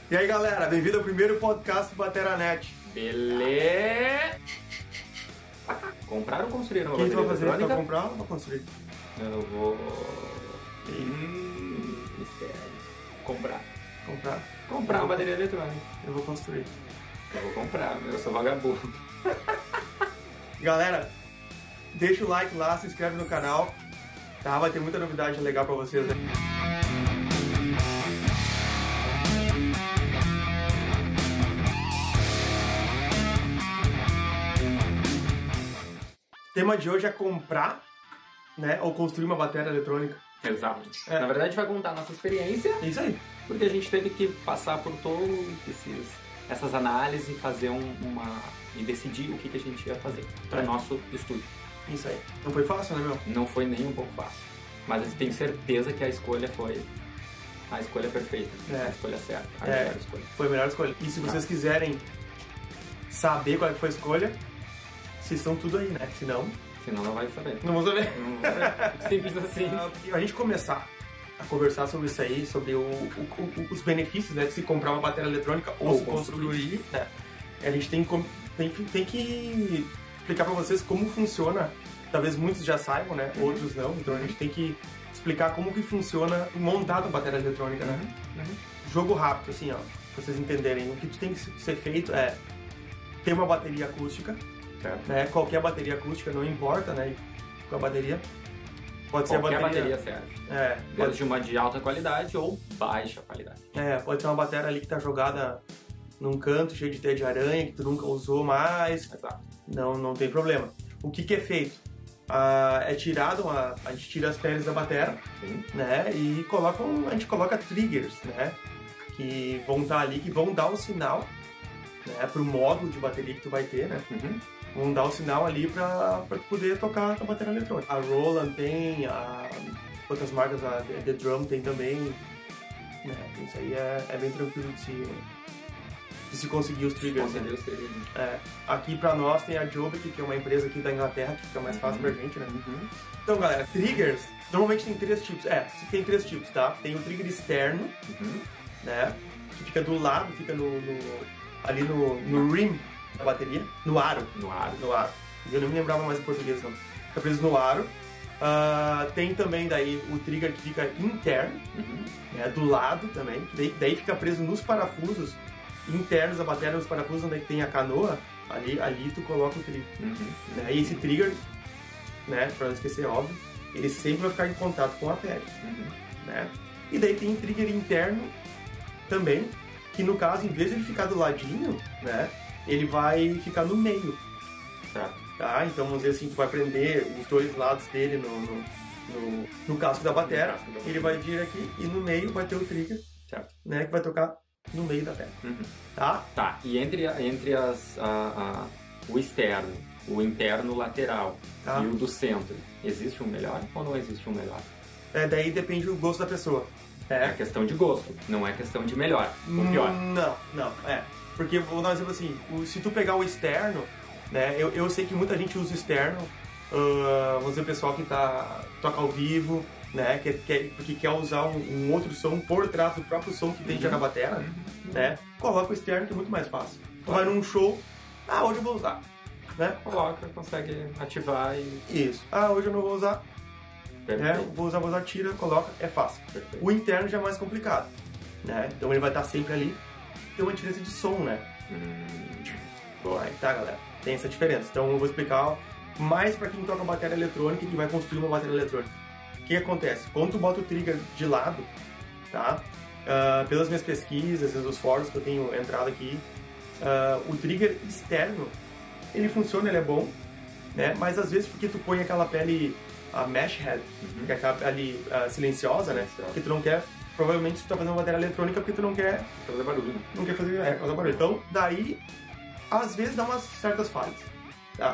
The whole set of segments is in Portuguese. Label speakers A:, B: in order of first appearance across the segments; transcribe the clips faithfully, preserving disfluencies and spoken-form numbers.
A: E aí, galera, bem-vindo ao primeiro podcast do Bateranet.
B: Beleza! Comprar ou construir uma
A: Quem tu
B: bateria
A: vai fazer?
B: eletrônica?
A: Pra comprar ou pra construir?
B: Eu vou... Hum, mistério. Comprar.
A: Comprar.
B: Comprar uma bateria eletrônica.
A: Eu vou construir.
B: Eu vou comprar, eu sou vagabundo.
A: Galera, deixa o like lá, se inscreve no canal, tá? Vai ter muita novidade legal pra vocês, né? O tema de hoje é comprar, né, ou construir uma bateria eletrônica.
B: Exato.
A: É.
B: Na verdade, a gente vai contar a nossa experiência,
A: É isso aí.
B: porque a gente teve que passar por todas essas análises e fazer um, uma... e decidir o que, que a gente ia fazer para
A: É.
B: nosso estúdio.
A: Isso aí. Não foi fácil, né, meu?
B: Não foi nem um pouco fácil, mas eu tenho certeza que a escolha foi a escolha perfeita,
A: É.
B: a escolha certa, a
A: É.
B: melhor escolha.
A: Foi a melhor escolha. E se vocês quiserem saber qual é que foi a escolha, vocês estão tudo aí, né? Se não,
B: Senão não vai saber.
A: não vão saber.
B: Não vai saber. Simples assim.
A: Uh, a gente começar a conversar sobre isso aí, sobre o, o, o, os benefícios, né, de se comprar uma bateria eletrônica ou,
B: Ou
A: se construir, né? A gente tem, com- tem, que- tem que explicar para vocês como funciona. Talvez muitos já saibam, né?
B: Uhum.
A: Outros não. Então a gente tem que explicar como que funciona montar a bateria eletrônica, né?
B: Uhum.
A: Jogo rápido, assim, ó, pra vocês entenderem. O que tem que ser feito é ter uma bateria acústica,
B: Certo.
A: né? Qualquer bateria acústica, não importa, né? Qual a bateria. Pode ser a
B: Qualquer
A: bateria...
B: bateria serve.
A: É, pode,
B: Desde uma de alta qualidade ou baixa qualidade.
A: é, pode ser uma bateria ali que tá jogada num canto cheio de teia de aranha, que tu nunca usou mais.
B: Exato.
A: Não, não tem problema. O que que é feito? Ah, é tirado, uma, a gente tira as peles da bateria,
B: Sim.
A: né? E coloca um- a gente coloca triggers, né? Que vão estar ali, que vão dar um sinal, né? Pro módulo de bateria que tu vai ter, né?
B: Uhum.
A: Vão dar o sinal ali pra, pra poder tocar a bateria eletrônica. A Roland tem, a, outras marcas, a The Drum tem também. Né? Isso aí é, é bem tranquilo de se, de se conseguir os triggers. né?
B: Concedeu o segredo.
A: É. Aqui pra nós tem a Jobic, que é uma empresa aqui da Inglaterra, que fica mais fácil pra gente, né?
B: Uhum.
A: Então, galera, triggers, normalmente tem três tipos. É, tem três tipos, tá? Tem o trigger externo,
B: Uhum.
A: né? Que fica do lado, fica no, no- ali no, no rim da bateria, no aro.
B: No ar.
A: No aro. Eu não me lembrava mais em português, não. Fica preso no aro. Ah, tem também daí o trigger que fica interno,
B: Uhum.
A: né, do lado também. Que daí, daí fica preso nos parafusos internos da bateria, nos parafusos onde tem a canoa. Ali, ali tu coloca o trigger.
B: Uhum.
A: Né? E esse trigger, né, pra não esquecer, óbvio, ele sempre vai ficar em contato com a pele.
B: Uhum.
A: Né? E daí tem trigger interno também, que no caso, em vez de ele ficar do ladinho, né, ele vai ficar no meio.
B: Certo.
A: Tá? Então, vamos dizer assim, tu vai prender os dois lados dele no, no, no, no casco da bateria,
B: No casco da bateria.
A: ele vai vir aqui e no meio vai ter o trigger,
B: Certo.
A: né, que vai tocar no meio da pele.
B: Uhum.
A: Tá?
B: Tá, e entre, a- entre as, a- a- o externo, o interno lateral
A: Tá.
B: e o do centro, existe um melhor ou não existe um melhor?
A: É, daí depende do gosto da pessoa.
B: É
A: É.
B: questão de gosto, não é questão de melhor ou pior.
A: Não, não, é. Porque, vou dar um exemplo assim, o- se tu pegar o externo, né, eu, eu sei que muita gente usa o externo, ah, vamos dizer, o pessoal que tá, toca ao vivo, né, que, que, porque quer usar um, um outro som por trás do próprio som que tem já na bateria, né, coloca o externo que é muito mais fácil. Tu vai num show, ah, hoje eu vou usar, né,
B: Coloca, consegue ativar e...
A: isso, ah, hoje eu não vou usar, né,
B: Perfeito.
A: vou usar, vou usar, tira, coloca, é fácil.
B: Perfeito.
A: O interno já é mais complicado, né, então ele vai estar sempre ali, tem uma diferença de som, né.
B: Hum,
A: Bom, aí tá, galera. Tem essa diferença. Então eu vou explicar mais pra quem toca bateria eletrônica e que vai construir uma bateria eletrônica. O que acontece? Quando tu bota o trigger de lado, tá? Ah, pelas minhas pesquisas, os fóruns que eu tenho entrado aqui, ah, o trigger externo, ele funciona, ele é bom, né? Mas às vezes porque tu põe aquela pele, a mesh head,
B: Uhum.
A: que é aquela pele ah, silenciosa, né?
B: Silenciosa.
A: Que tu não quer, provavelmente tu tá fazendo uma bateria eletrônica porque tu não quer
B: fazer barulho.
A: não quer fazer é, causar barulho. Então, daí, às vezes dá umas certas falhas, tá?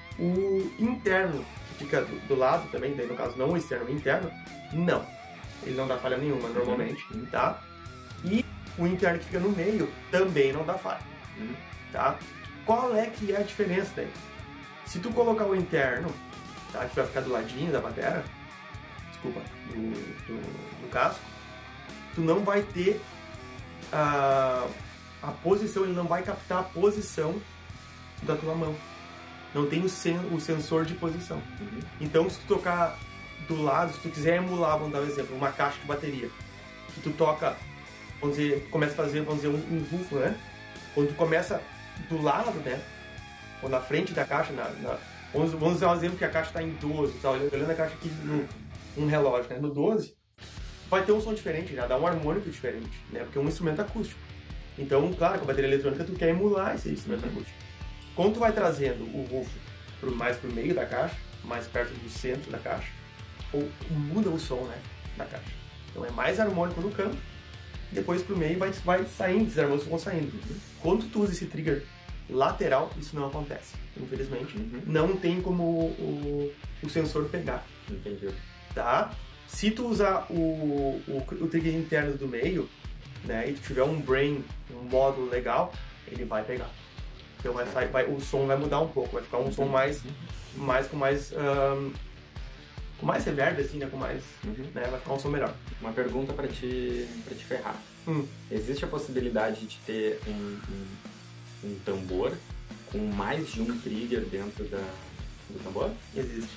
A: O interno, que fica do, do lado também, daí no caso não o externo, o interno, não. Ele não dá falha nenhuma, normalmente,
B: Uhum.
A: tá? E o interno que fica no meio também não dá falha,
B: Uhum.
A: tá? Qual é que é a diferença daí? Se tu colocar o interno, tá? Que vai ficar do ladinho da bateria, desculpa, do, do, do casco, tu não vai ter a, a posição, ele não vai captar a posição da tua mão. Não tem o, sen, o sensor de posição.
B: Uhum.
A: Então, se tu tocar do lado, se tu quiser emular, vamos dar um exemplo, uma caixa de bateria, que tu toca, vamos dizer, começa a fazer, vamos dizer, um, um rufo, né? Quando tu começa do lado, né? Ou na frente da caixa, na, na, vamos, vamos usar um exemplo que a caixa está em doze, tá olhando a caixa aqui no um relógio, né? No doze, vai ter um som diferente, já dá um harmônico diferente, né? Porque é um instrumento acústico. Então, claro, com a bateria eletrônica tu quer emular esse instrumento acústico. Quando tu vai trazendo o rufo pro, mais pro meio da caixa, mais perto do centro da caixa, ou muda o som, né, da caixa. Então é mais harmônico no canto, depois pro meio vai, vai saindo, esses harmônicos vão saindo. Quando tu usa esse trigger lateral, isso não acontece. Infelizmente, uhum. não tem como o, o sensor pegar.
B: Entendi.
A: Tá? Se tu usar o, o, o trigger interno do meio, né, e tu tiver um brain, um módulo legal, ele vai pegar. Então vai, vai, vai, o som vai mudar um pouco, vai ficar um som mais, mais com mais um, com mais reverb, assim, né, com mais, uhum. né, vai ficar um som melhor.
B: Uma pergunta para te, pra te ferrar.
A: Hum.
B: Existe a possibilidade de ter um, um, um tambor com mais de um trigger dentro da, do tambor?
A: Existe.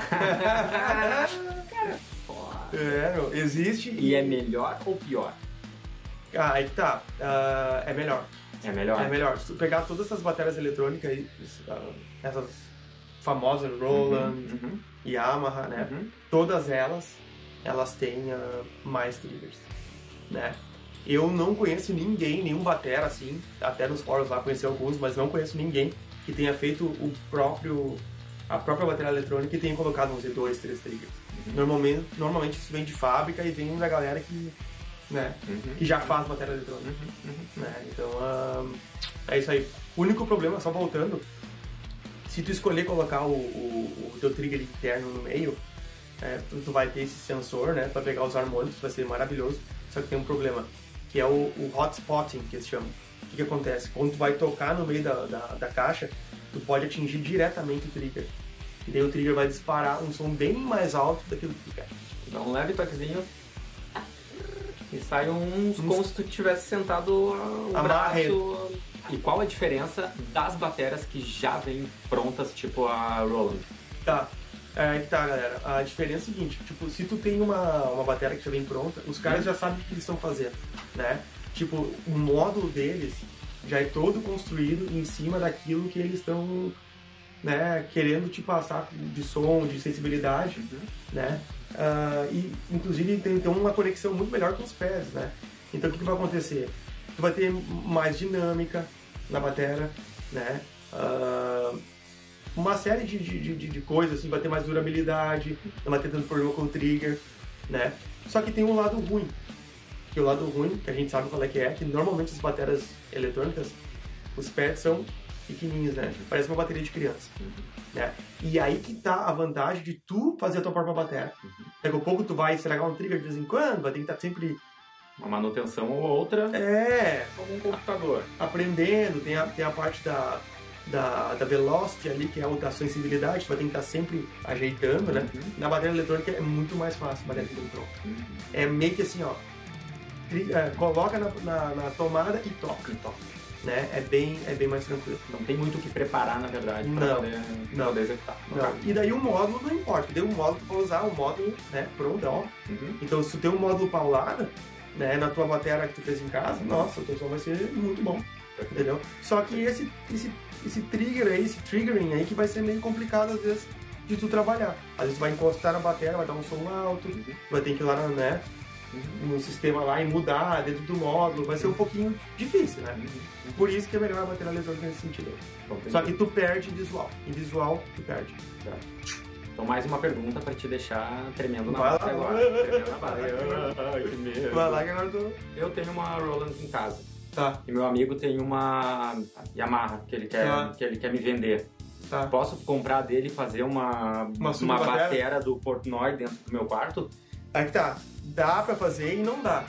B: Cara, foda.
A: É, não, existe.
B: E, e é melhor ou pior?
A: Ah, aí que tá. Uh, é melhor.
B: É melhor?
A: É melhor. Se tu pegar todas essas baterias eletrônicas aí, essas famosas Roland,
B: uhum, uhum.
A: Yamaha, né?
B: Uhum.
A: Todas elas, elas têm uh, mais triggers, né? Eu não conheço ninguém, nenhum batera assim, até nos fóruns lá conheci alguns, mas não conheço ninguém que tenha feito o próprio, a própria bateria eletrônica e tenha colocado, vamos dizer, dois, três triggers. Uhum. Normalmente, normalmente isso vem de fábrica e vem da galera que... Né? Uhum. Que já faz bateria eletrônica. Uhum. Uhum. Né? Então, um, é isso aí. O único problema, só voltando, se tu escolher colocar o, o, o teu trigger interno no meio, é, tu, tu vai ter esse sensor, né, para pegar os harmônicos, vai ser maravilhoso. Só que tem um problema, que é o, o hot spotting, que eles chamam. O que, que acontece? Quando tu vai tocar no meio da, da, da caixa, tu pode atingir diretamente o trigger. E daí o trigger vai disparar um som bem mais alto daquilo que tu quer.
B: Dá um leve toquezinho. E sai uns como se tu tivesse sentado o braço. E qual a diferença das baterias que já vêm prontas, tipo a Roland?
A: Tá, é que tá, galera. A diferença é a seguinte, tipo, se tu tem uma, uma bateria que já vem pronta, os caras hum. já sabem o que eles estão fazendo, né? Tipo, o módulo deles já é todo construído em cima daquilo que eles estão, né, querendo te passar de som, de sensibilidade, uhum. né? Uh, e inclusive tem, tem uma conexão muito melhor com os pés, né? Então o que, que vai acontecer? Tu vai ter mais dinâmica na bateria, né? Uh, uma série de, de, de, de coisas, assim, vai ter mais durabilidade, não vai ter tanto problema com o trigger, né? Só que tem um lado ruim, que o lado ruim, que a gente sabe qual é que é, que normalmente as baterias eletrônicas, os pads são pequenininhos, né? Parece uma bateria de criança. Né? E aí que tá a vantagem de tu fazer a tua própria bateria. Daqui a pouco tu vai estragar um trigger de vez em quando, vai ter que estar sempre...
B: Uma manutenção ou outra.
A: É.
B: Como um computador.
A: Aprendendo, tem a, tem a parte da, da, da velocity ali, que é a sensibilidade, tu vai ter que estar sempre ajeitando, né? Uhum. Na bateria eletrônica é muito mais fácil, bateria eletrônica. Uhum. É meio que assim, ó, tri, é, coloca na, na, na tomada e toca.
B: E toca.
A: Né? É bem, é bem mais tranquilo.
B: Não tem muito o que preparar, na verdade, para
A: não,
B: poder,
A: não.
B: poder executar.
A: Não. E daí o módulo não importa. Daí o módulo tu pode usar o módulo, né, pronto, ó. Uhum. Então se tu tem um módulo paulado, né, na tua bateria que tu fez em casa, uhum. nossa, o teu som vai ser muito bom. Entendeu? Só que esse, esse, esse trigger aí, esse triggering aí que vai ser meio complicado às vezes de tu trabalhar. Às vezes tu vai encostar na bateria, vai dar um som alto, uhum. vai ter que ir lá, né, no sistema lá e mudar dentro do módulo, vai ser um pouquinho difícil, né? Por isso que é melhor a bateria eletrônica nesse sentido. Bom, só que tu perde em visual. Em visual, tu perde.
B: Certo. Então mais uma pergunta pra te deixar tremendo na
A: vai
B: base
A: lá.
B: agora. Tremendo na base. Ai, que medo.
A: Vai lá que agora tu...
B: Eu tenho uma Roland em casa.
A: Tá.
B: E meu amigo tem uma Yamaha que ele quer,
A: tá.
B: que ele quer me vender.
A: Tá.
B: Posso comprar dele e fazer uma,
A: uma,
B: uma bateria do Portnoy dentro do meu quarto?
A: Aí que tá. Dá pra fazer e não dá.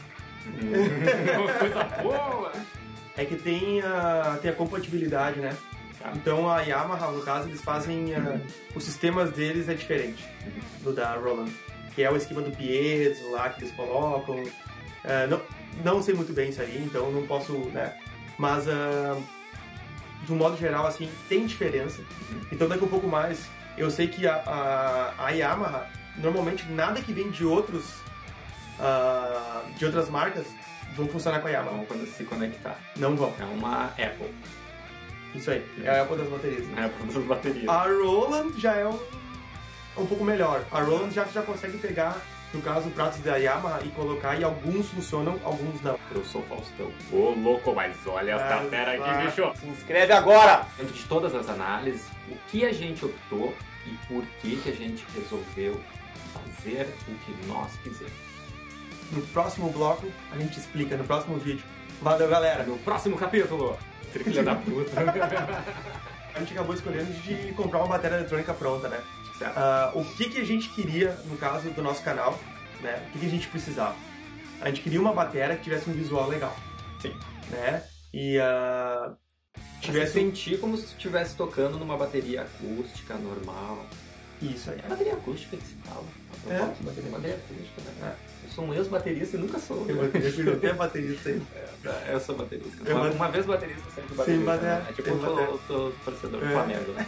B: Coisa boa!
A: É que tem a, tem a compatibilidade, né? Tá. Então a Yamaha, no caso, eles fazem... Uh, os sistemas deles é diferente do da Roland. Que é o esquema do piezo lá que eles colocam. Uh, não, não sei muito bem isso aí, então não posso, né? Mas, uh, de um modo geral, assim, tem diferença. Uhum. Então, daqui a um pouco mais, eu sei que a, a, a Yamaha, normalmente, nada que vem de outros, uh, de outras marcas, vão funcionar com a Yamaha.
B: Vão quando se conectar.
A: Não vão.
B: É uma Apple.
A: Isso aí, é a Apple das baterias.
B: É a Apple das baterias.
A: A Roland já é um, um pouco melhor. A Roland já, já consegue pegar, no caso, pratos da Yamaha e colocar, e alguns funcionam, alguns não.
B: Eu sou Faustão. Ô, louco, mas olha esta
A: Ah,
B: fera
A: ah.
B: aqui, bicho.
A: Se inscreve agora!
B: Dentro de todas as análises, o que a gente optou e por que, que a gente resolveu fazer o que nós quisemos.
A: No próximo bloco, a gente explica, no próximo vídeo. Valeu, galera!
B: No próximo capítulo, filha da puta.
A: A gente acabou escolhendo de comprar uma bateria eletrônica pronta, né?
B: Certo.
A: Uh, o que, que a gente queria, no caso do nosso canal, né? O que, que a gente precisava? A gente queria uma bateria que tivesse um visual legal.
B: Sim.
A: Né? E uh,
B: tivesse... sentir como se estivesse tocando numa bateria acústica normal.
A: Isso aí.
B: É bateria acústica que se fala.
A: É?
B: Bateria, bateria acústica, né? É. Eu sou um ex-baterista e nunca sou.
A: Tem baterista, não tem baterista aí.
B: É, eu sou baterista.
A: Eu
B: uma,
A: bate...
B: uma vez baterista, sempre baterista.
A: Sim, bater...
B: Né? É tipo, eu sou, sou torcedor do
A: é.
B: Flamengo, né?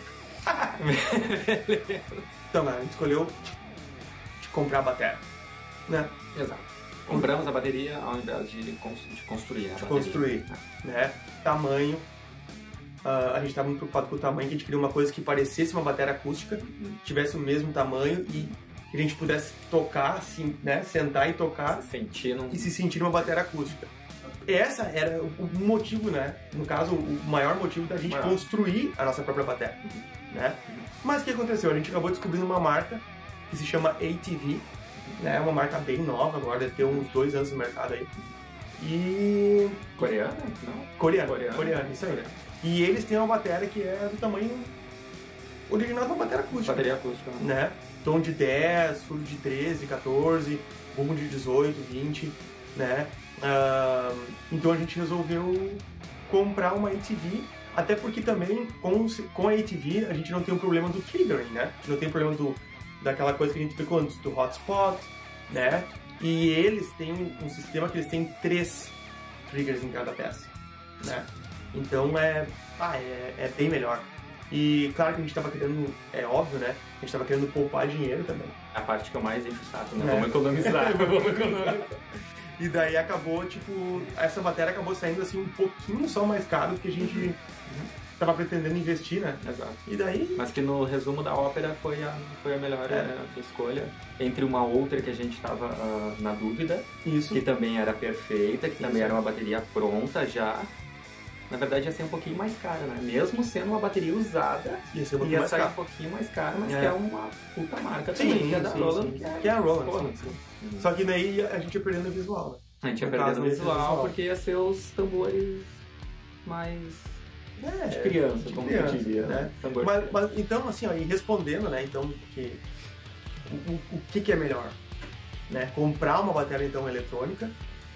A: Então, né, a gente escolheu de comprar a bateria, né?
B: Exato. Compramos a bateria ao invés de, de construir a
A: de
B: bateria.
A: construir, né? Tamanho. Uh, a gente estava muito preocupado com o tamanho, que a gente queria uma coisa que parecesse uma bateria acústica,
B: uhum.
A: tivesse o mesmo tamanho e que a gente pudesse tocar, assim, né? Sentar e tocar
B: se sentir num...
A: e se sentir uma bateria acústica. Essa era o motivo, né? No caso, o maior motivo da gente maior. construir a nossa própria bateria, uhum. né? Uhum. Mas o que aconteceu? A gente acabou descobrindo uma marca que se chama A T V, né? Uma marca bem nova agora, deve ter uns dois anos no mercado aí. E...
B: Coreana? Não.
A: Coreana,
B: coreana,
A: coreana, isso aí. E eles têm uma bateria que é do tamanho original de uma bateria acústica.
B: Bateria acústica, né?
A: né? Tom de dez, surdo de treze, quatorze, bumbo de dezoito, vinte, né? Uh, então a gente resolveu comprar uma A T V, até porque também com, com a A T V a gente não tem o problema do triggering, né? A gente não tem o problema do, daquela coisa que a gente ficou antes, do hotspot, né? E eles têm um sistema que eles têm três triggers em cada peça, né? Então é, ah, é, é bem melhor. E claro que a gente estava querendo, é óbvio, né? A gente estava querendo poupar dinheiro também.
B: A parte que eu mais encho o saco, né?
A: É.
B: Vamos economizar, vamos economizar.
A: E daí acabou, tipo, essa bateria acabou saindo assim um pouquinho só mais caro do que a gente estava pretendendo investir, né?
B: Exato.
A: E daí...
B: Mas que no resumo da ópera foi a, foi a melhor é. né, escolha. Entre uma outra que a gente estava uh, na dúvida.
A: Isso.
B: Que também era perfeita, que também
A: Isso.
B: era uma bateria pronta já. Na verdade ia ser um pouquinho mais cara, né? Mesmo sendo uma bateria usada,
A: ia, ser um pouquinho
B: ia
A: mais
B: sair
A: caro.
B: um pouquinho mais cara, mas
A: é.
B: que é uma puta marca
A: sim,
B: também, que é da
A: sim,
B: Roland.
A: sim.
B: Que é,
A: que é a Roland,
B: Porra,
A: sim, sim. Uhum. Só que daí a gente ia perdendo o visual, né?
B: A gente ia
A: No
B: perdendo
A: caso,
B: o visual,
A: visual,
B: porque ia ser os tambores mais...
A: É,
B: de criança,
A: de
B: como
A: criança,
B: eu diria,
A: né?
B: né?
A: Mas, mas, então, assim, ó, e respondendo, né, então, que, o, o, o que, que é melhor? Né? Comprar uma bateria, então, eletrônica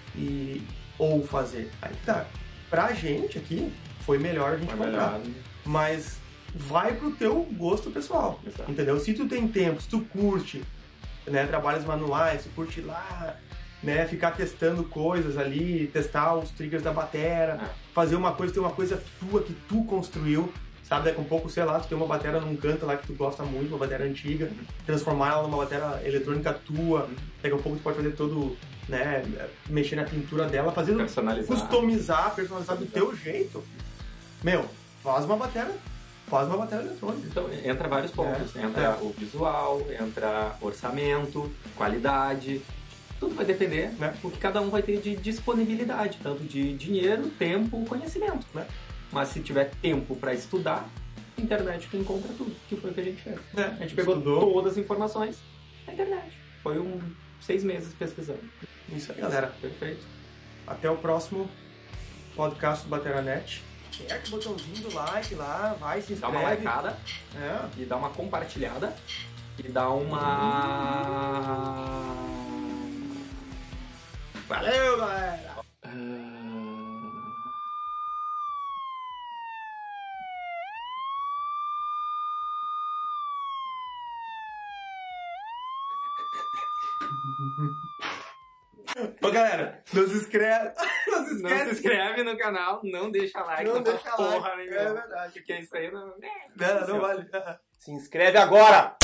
A: e, ou fazer? Aí tá, pra gente aqui, foi melhor a gente
B: Foi
A: comprar.
B: melhor.
A: Mas vai pro teu gosto pessoal,
B: Exato.
A: entendeu? Se tu tem tempo, se tu curte, né, trabalhos manuais, se curte ir lá, né, ficar testando coisas ali, testar os triggers da bateria,
B: É.
A: fazer uma coisa, ter uma coisa tua que tu construiu, sabe? Daqui a um pouco, sei lá, tu tem uma bateria num canto lá que tu gosta muito, uma bateria antiga, uhum. transformar ela numa bateria eletrônica tua, uhum. daqui a um pouco tu pode fazer todo, né, mexer na pintura dela, fazer,
B: personalizar,
A: customizar, personalizar do teu jeito. Meu, faz uma bateria, faz uma bateria eletrônica.
B: Então, entra vários pontos.
A: É.
B: Entra
A: É.
B: o visual, entra orçamento, qualidade. Tudo vai depender,
A: né?
B: do que cada um vai ter de disponibilidade, tanto de dinheiro, tempo, conhecimento, né? Mas se tiver tempo para estudar, na internet tu encontra tudo, que foi o que a gente fez.
A: É.
B: A gente pegou
A: Estudou.
B: todas as informações na internet. Foi um seis meses pesquisando.
A: Isso aí, galera.
B: Perfeito.
A: Até o próximo podcast do Bateranet. Aperta o botãozinho do like lá, vai, se
B: Dá
A: inscreve.
B: uma likeada
A: É.
B: e dá uma compartilhada e dá uma...
A: Valeu, galera! Ô, galera, não se inscreve. Não se,
B: não se inscreve no canal, não deixa like.
A: Não deixa like.
B: Porra, né,
A: é verdade.
B: Porque isso aí não...
A: Não, não vale.
C: Se inscreve agora!